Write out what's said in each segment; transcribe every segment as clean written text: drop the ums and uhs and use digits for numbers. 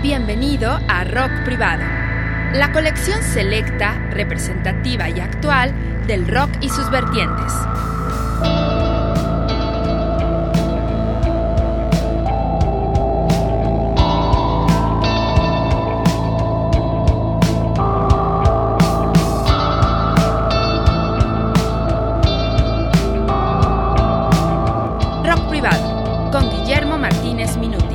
Bienvenido a Rock Privado, la colección selecta, representativa y actual del rock y sus vertientes. Rock Privado, con Guillermo Martínez Minuti.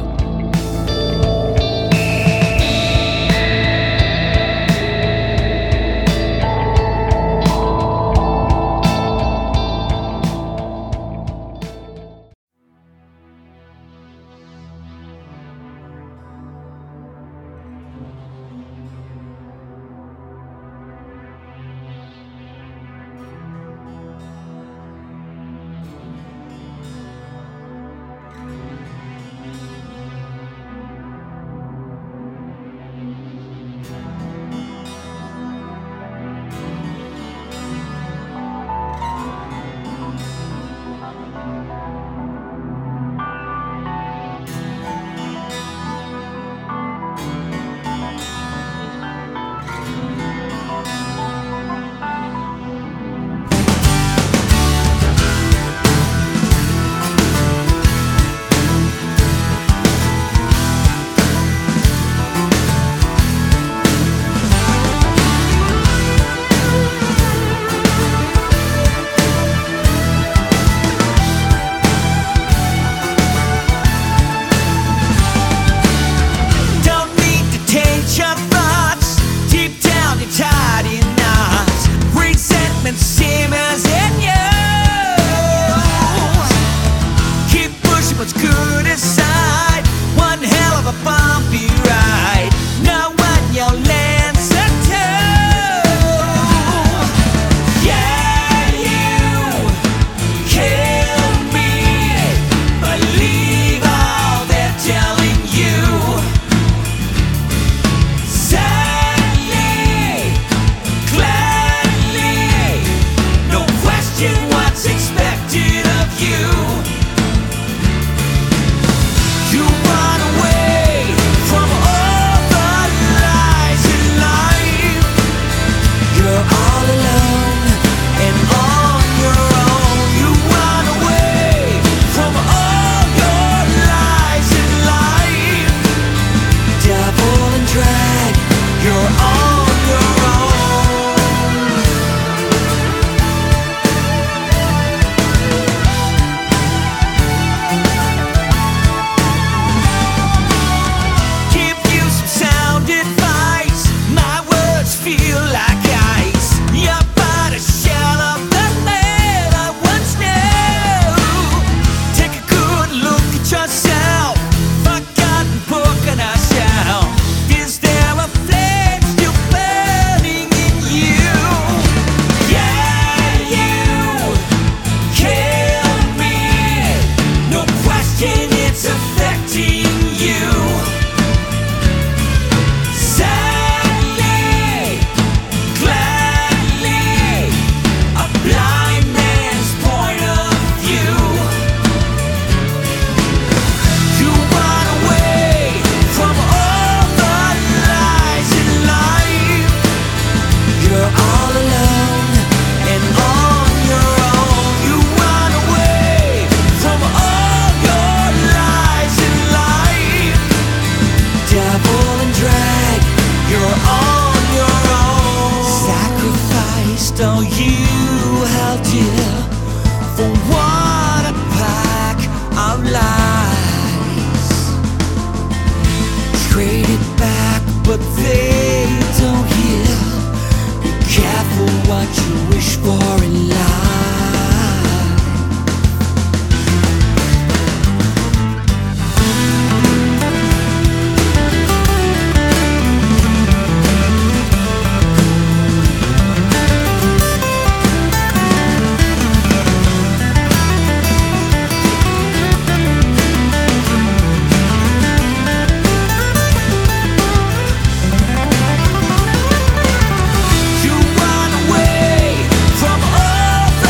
You run away from all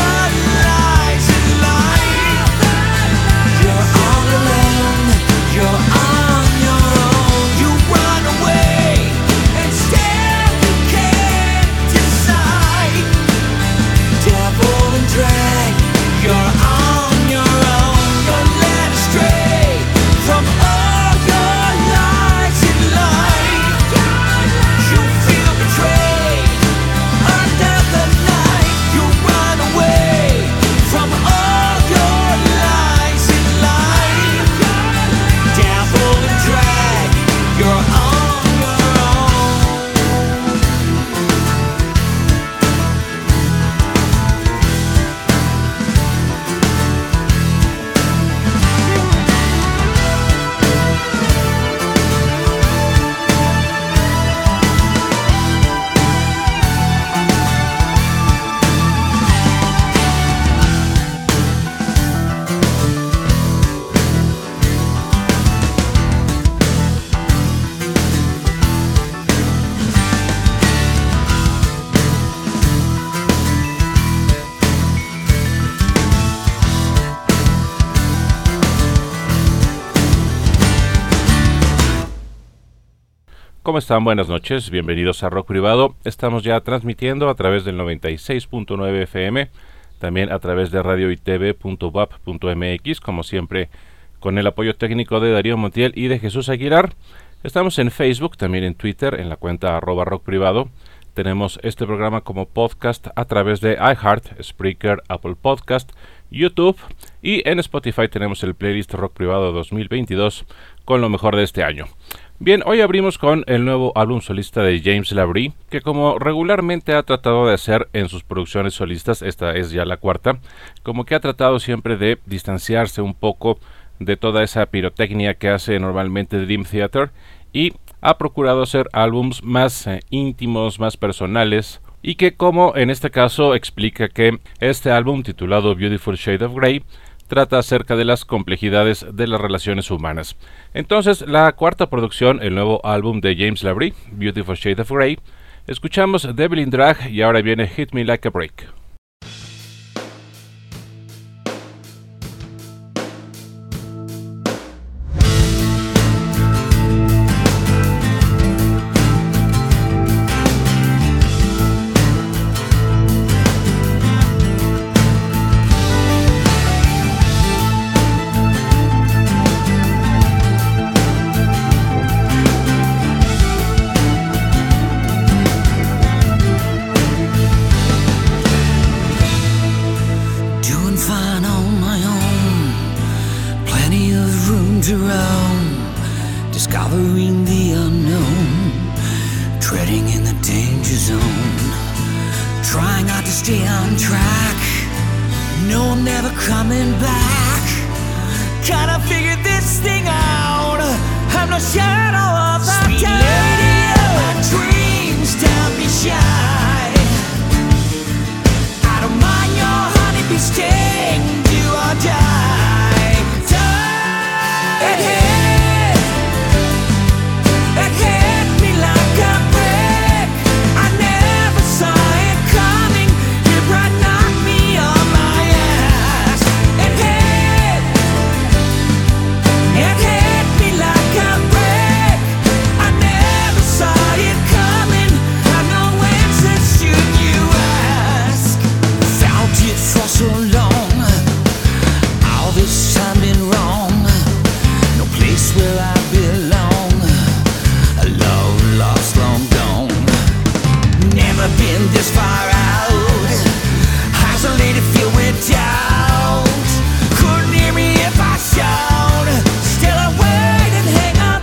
¿Cómo están? Buenas noches, bienvenidos a Rock Privado. Estamos ya transmitiendo a través del 96.9 FM, también a través de radioitv.wap.mx, como siempre con el apoyo técnico de Darío Montiel y de Jesús Aguilar. Estamos en Facebook, también en Twitter, en la cuenta @rockprivado. Tenemos este programa como podcast a través de iHeart, Spreaker, Apple Podcast, YouTube, y en Spotify tenemos el playlist Rock Privado 2022 con lo mejor de este año. Bien, hoy abrimos con el nuevo álbum solista de James LaBrie, que como regularmente ha tratado de hacer en sus producciones solistas, esta es ya la cuarta, como que ha tratado siempre de distanciarse un poco de toda esa pirotecnia que hace normalmente Dream Theater y ha procurado hacer álbums más íntimos, más personales, y que, como en este caso, explica que este álbum titulado Beautiful Shade of Grey trata acerca de las complejidades de las relaciones humanas. Entonces, la cuarta producción, el nuevo álbum de James LaBrie, Beautiful Shade of Grey, escuchamos Devil in Drag y ahora viene Hit Me Like a Brick. Discovering the unknown, treading in the danger zone, trying not to stay on track. No, I'm never coming back. Kinda figured this thing out. I'm no shadow of a Sweet doubt. Lady of my dreams, don't be shy. I don't mind your honeybee sting, do or die. Die. This far out, isolated, filled with doubt. Couldn't hear me if I shout. Still I wait and hang up.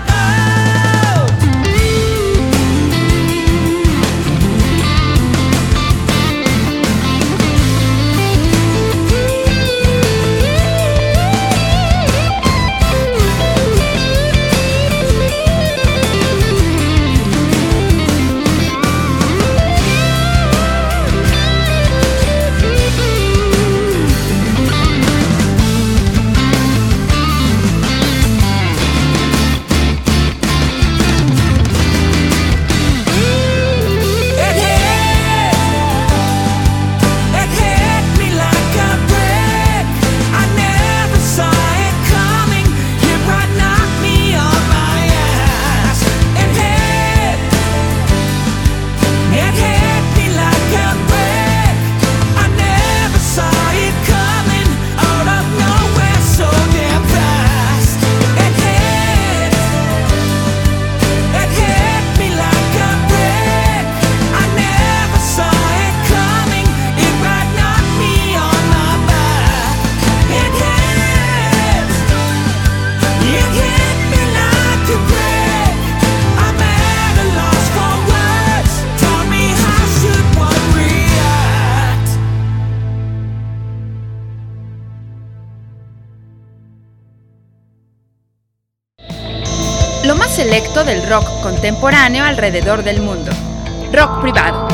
Lo más selecto del rock contemporáneo alrededor del mundo. Rock Privado.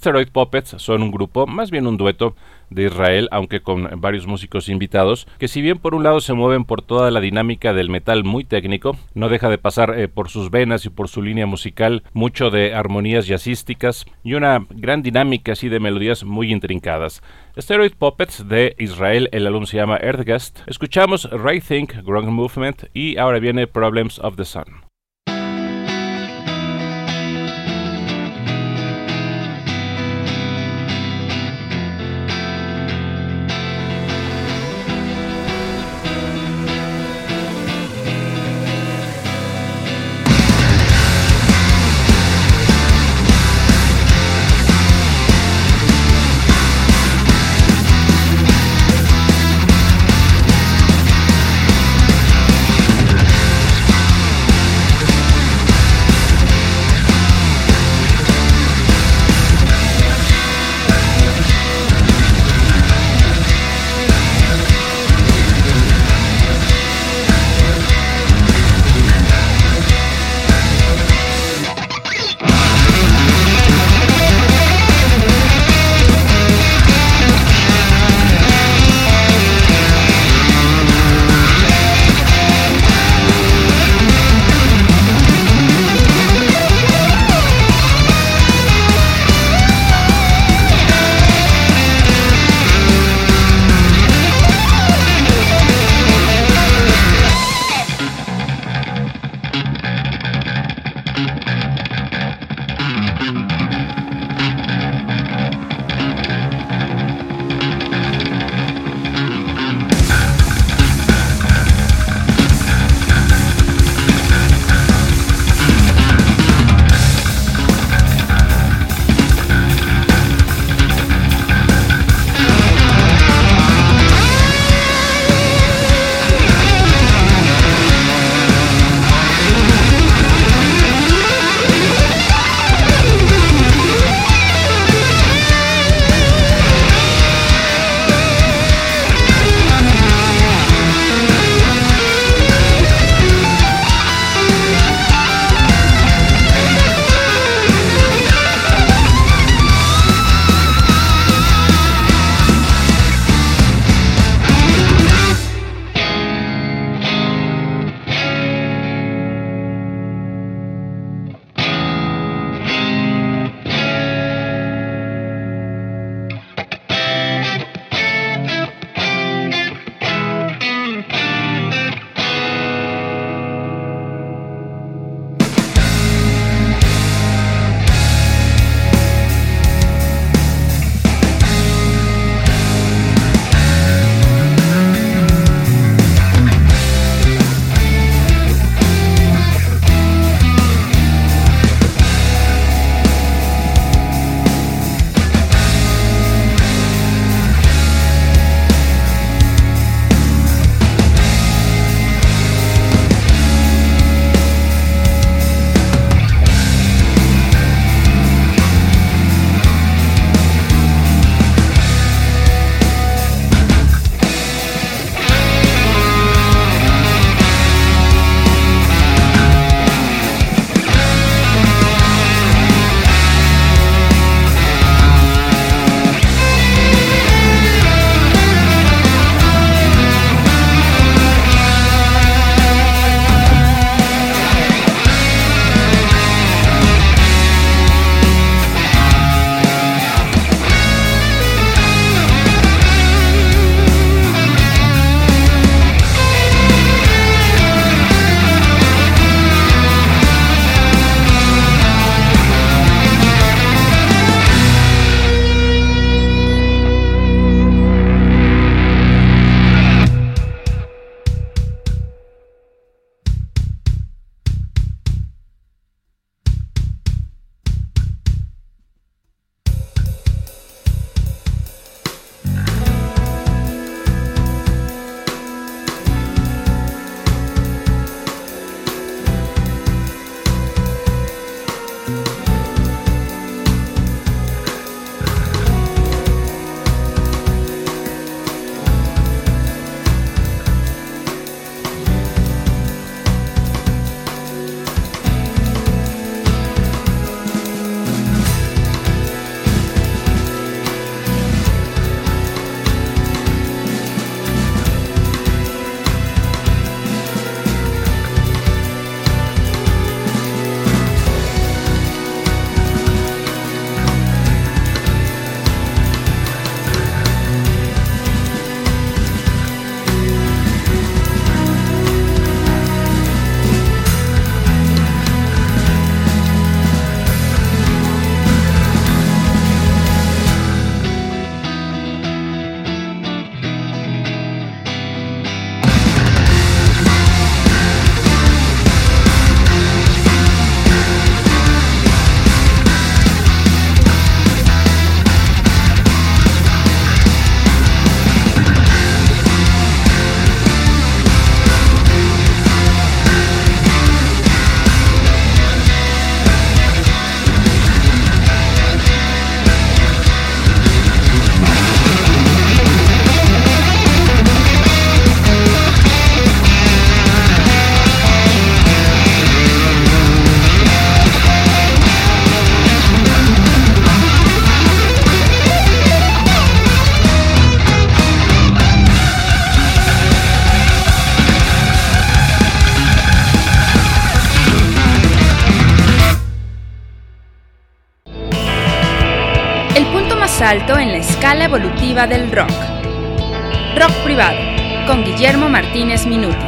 Asteroid Puppets son un grupo, más bien un dueto de Israel, aunque con varios músicos invitados, que si bien por un lado se mueven por toda la dinámica del metal muy técnico, no deja de pasar por sus venas y por su línea musical mucho de armonías jazzísticas y una gran dinámica así de melodías muy intrincadas. Asteroid Puppets de Israel, el álbum se llama Earthgast. Escuchamos Right Think, Grunge Movement y ahora viene Problems of the Sun. salto en la escala evolutiva del rock. Rock Privado, con Guillermo Martínez Minuti.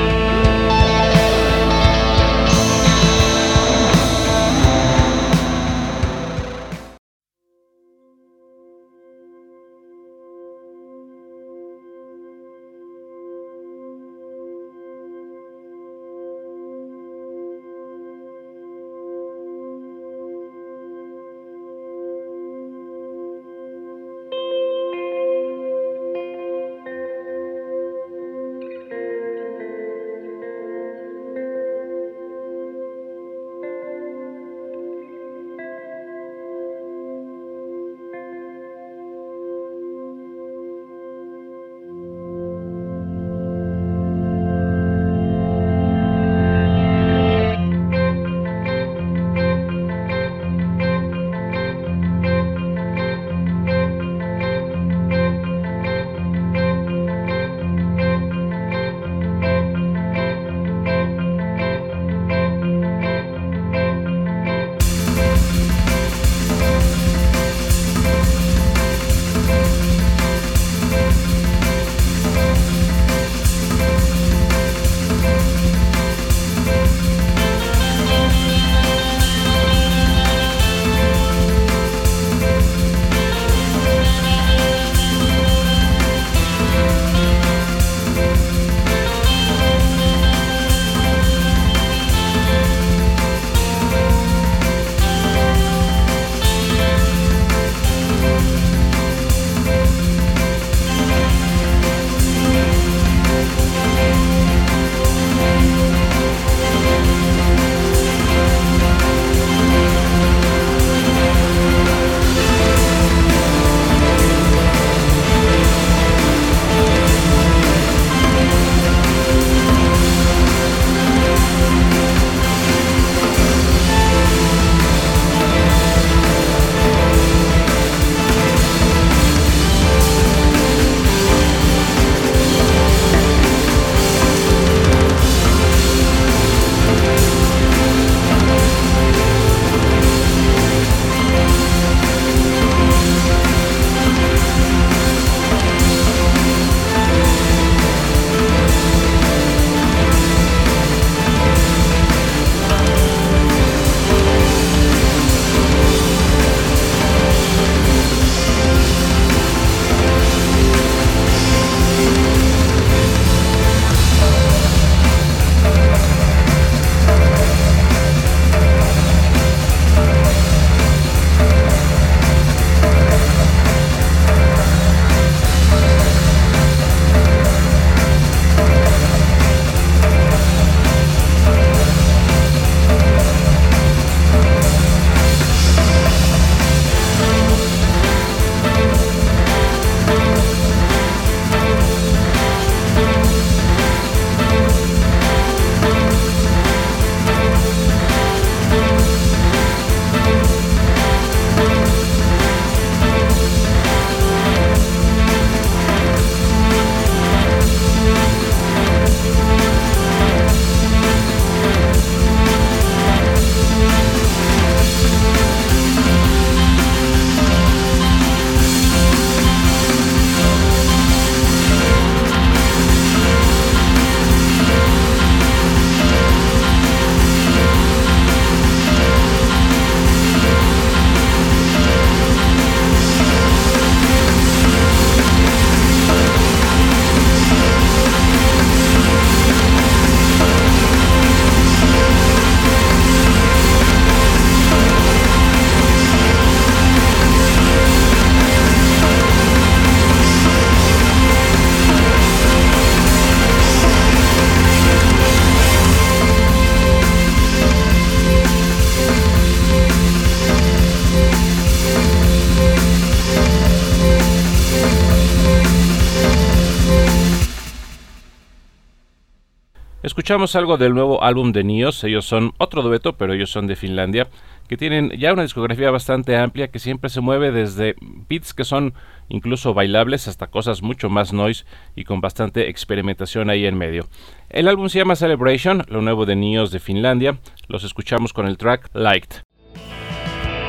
Escuchamos algo del nuevo álbum de Nios. Ellos son otro dueto, pero ellos son de Finlandia, que tienen ya una discografía bastante amplia, que siempre se mueve desde beats que son incluso bailables hasta cosas mucho más noise y con bastante experimentación ahí en medio. El álbum se llama Celebration, lo nuevo de Nios de Finlandia. Los escuchamos con el track Liked.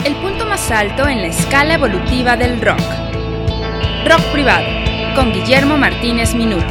el punto más alto en la escala evolutiva del rock. Rock Privado, con Guillermo Martínez Minuti.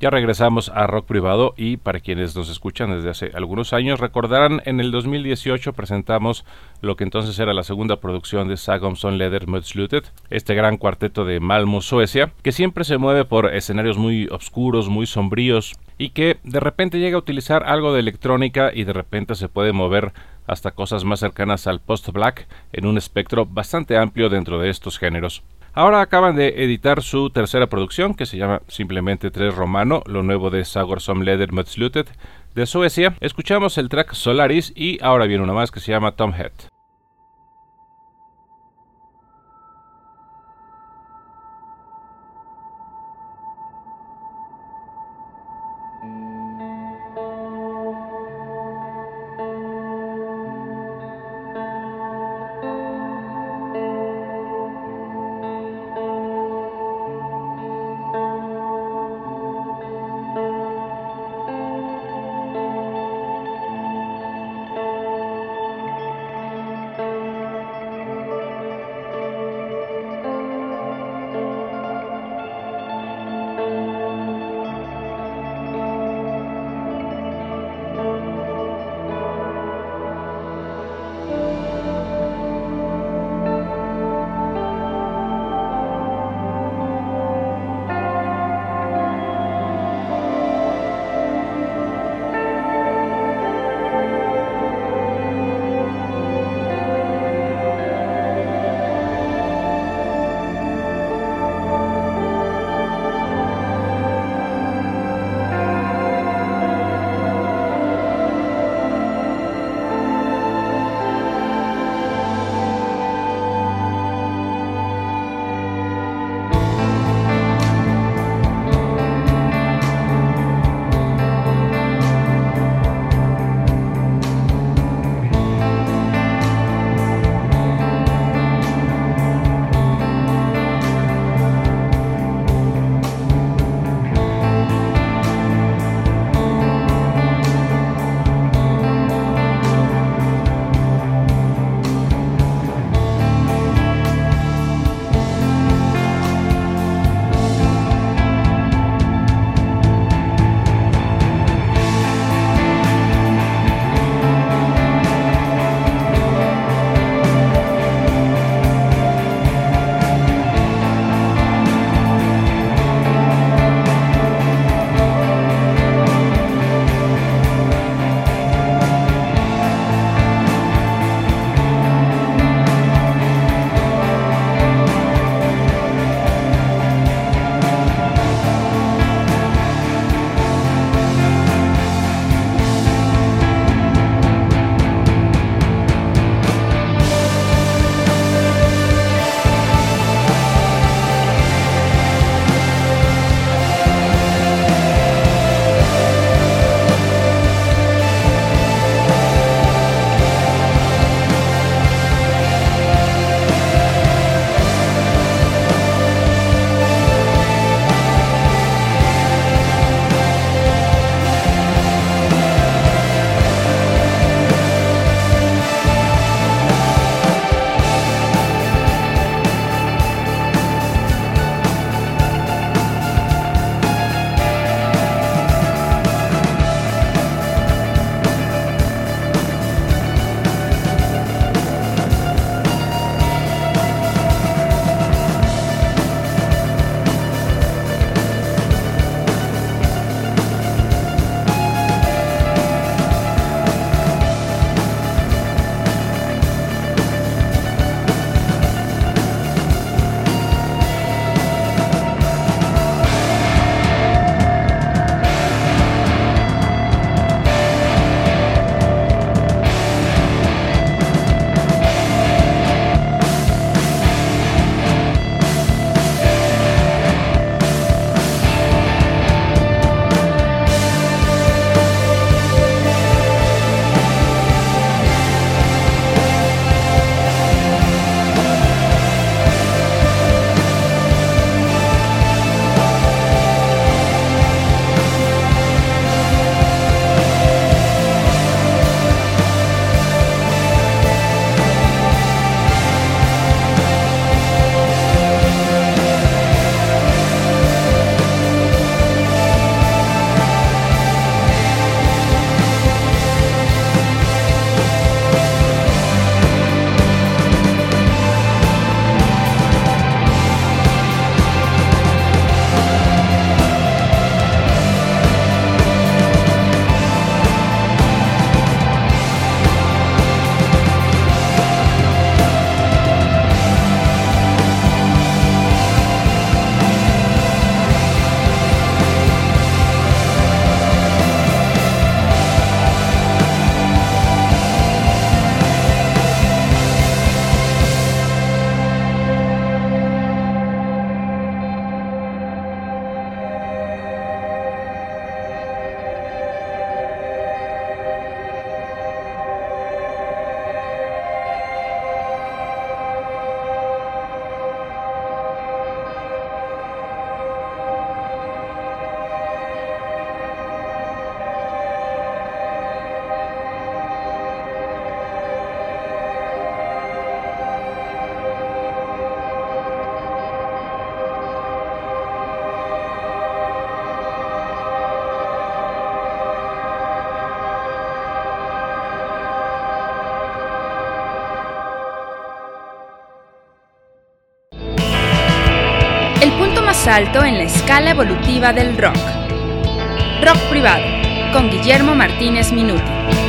Ya regresamos a Rock Privado y para quienes nos escuchan desde hace algunos años recordarán en el 2018 presentamos lo que entonces era la segunda producción de Sagomson Leder Mødslutet, este gran cuarteto de Malmö, Suecia, que siempre se mueve por escenarios muy oscuros, muy sombríos y que de repente llega a utilizar algo de electrónica y de repente se puede mover hasta cosas más cercanas al post-black en un espectro bastante amplio dentro de estos géneros. Ahora acaban de editar su tercera producción, que se llama simplemente 3 Romano, lo nuevo de Sagomson Leder Mødslutet de Suecia. Escuchamos el track Solaris y ahora viene una más que se llama Tomhead. el punto más alto en la escala evolutiva del rock. Rock Privado, con Guillermo Martínez Minuti.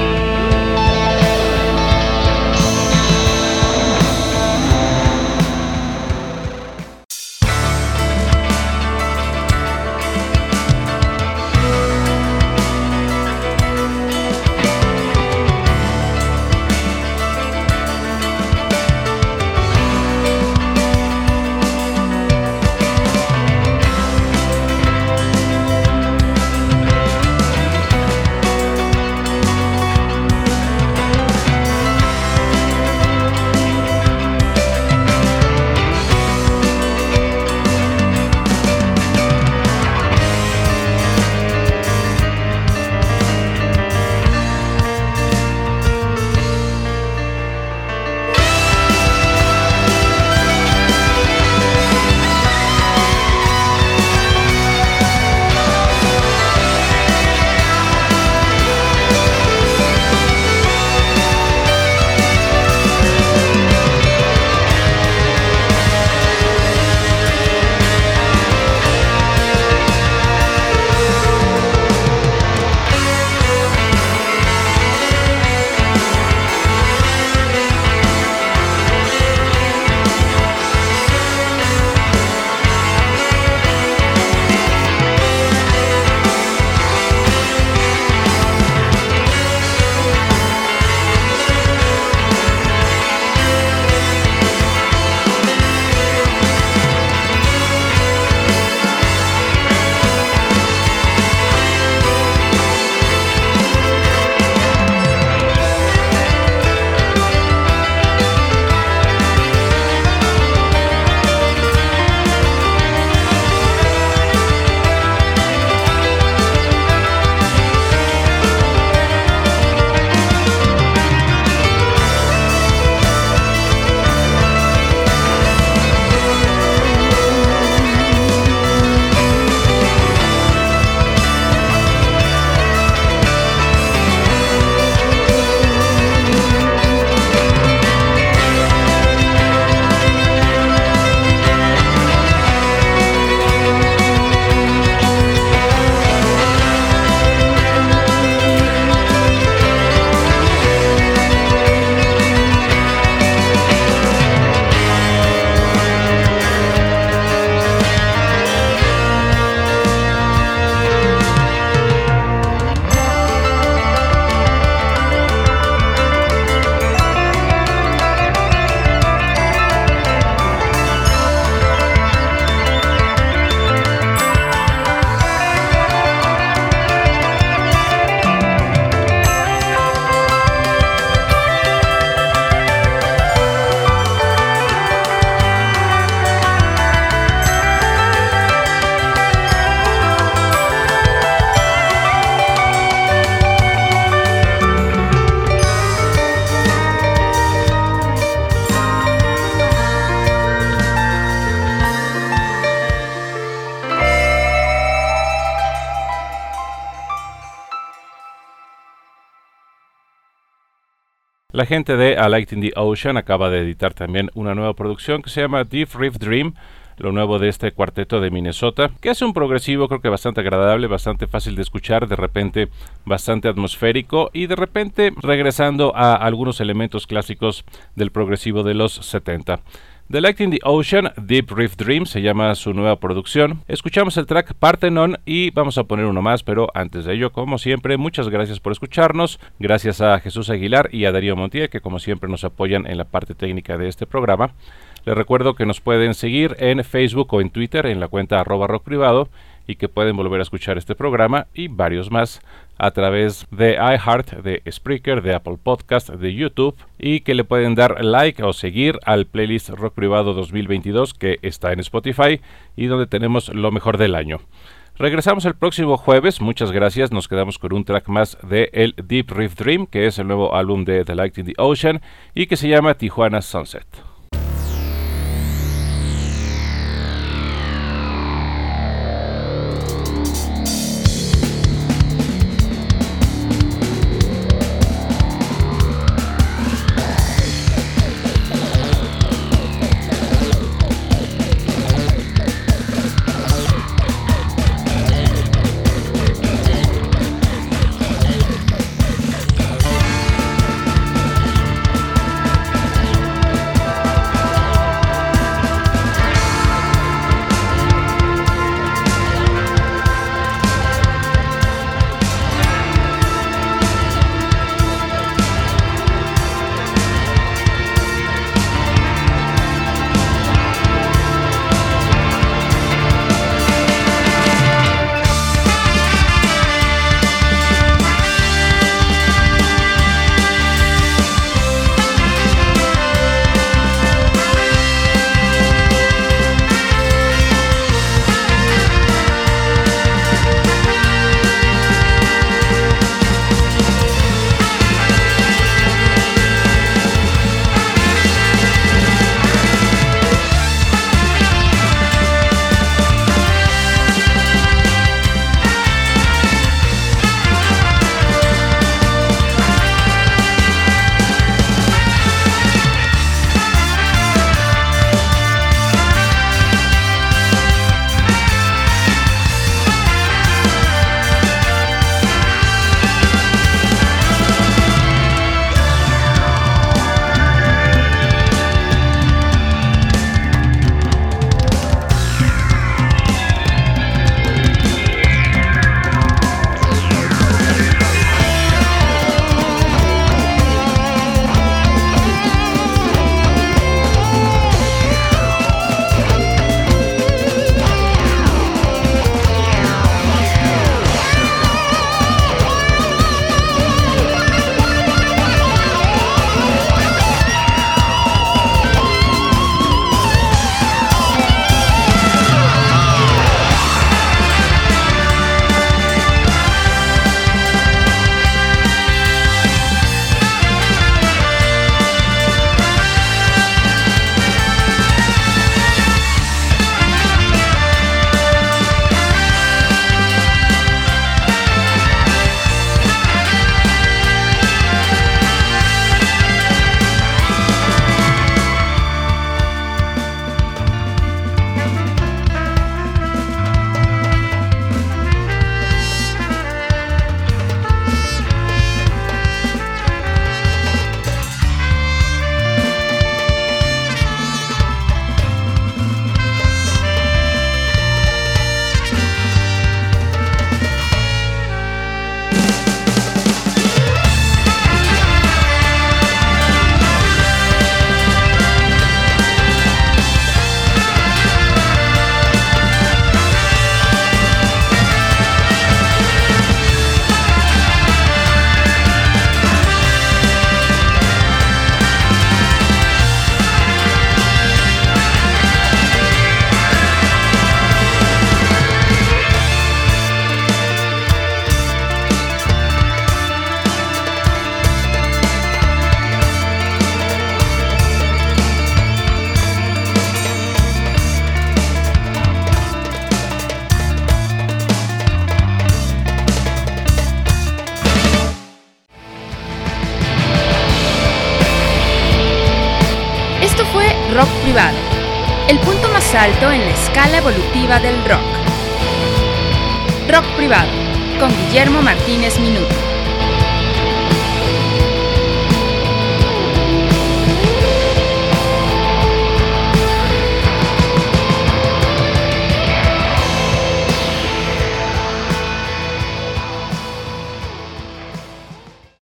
La gente de A Light in the Ocean acaba de editar también una nueva producción que se llama Deep Riff Dream, lo nuevo de este cuarteto de Minnesota, que es un progresivo creo que bastante agradable, bastante fácil de escuchar, de repente bastante atmosférico y de repente regresando a algunos elementos clásicos del progresivo de los 70. The Light in the Ocean, Deep Riff Dream, se llama su nueva producción. Escuchamos el track Parthenon y vamos a poner uno más, pero antes de ello, como siempre, muchas gracias por escucharnos. Gracias a Jesús Aguilar y a Darío Montiel, que como siempre nos apoyan en la parte técnica de este programa. Les recuerdo que nos pueden seguir en Facebook o en Twitter en la cuenta @rockprivado y que pueden volver a escuchar este programa y varios más a través de iHeart, de Spreaker, de Apple Podcast, de YouTube, y que le pueden dar like o seguir al playlist Rock Privado 2022 que está en Spotify y donde tenemos lo mejor del año. Regresamos el próximo jueves, muchas gracias, nos quedamos con un track más de el Deep Riff Dream, que es el nuevo álbum de The Light in the Ocean y que se llama Tijuana Sunset. Rock Privado, el punto más alto en la escala evolutiva del rock. Rock Privado, con Guillermo Martínez Minuto.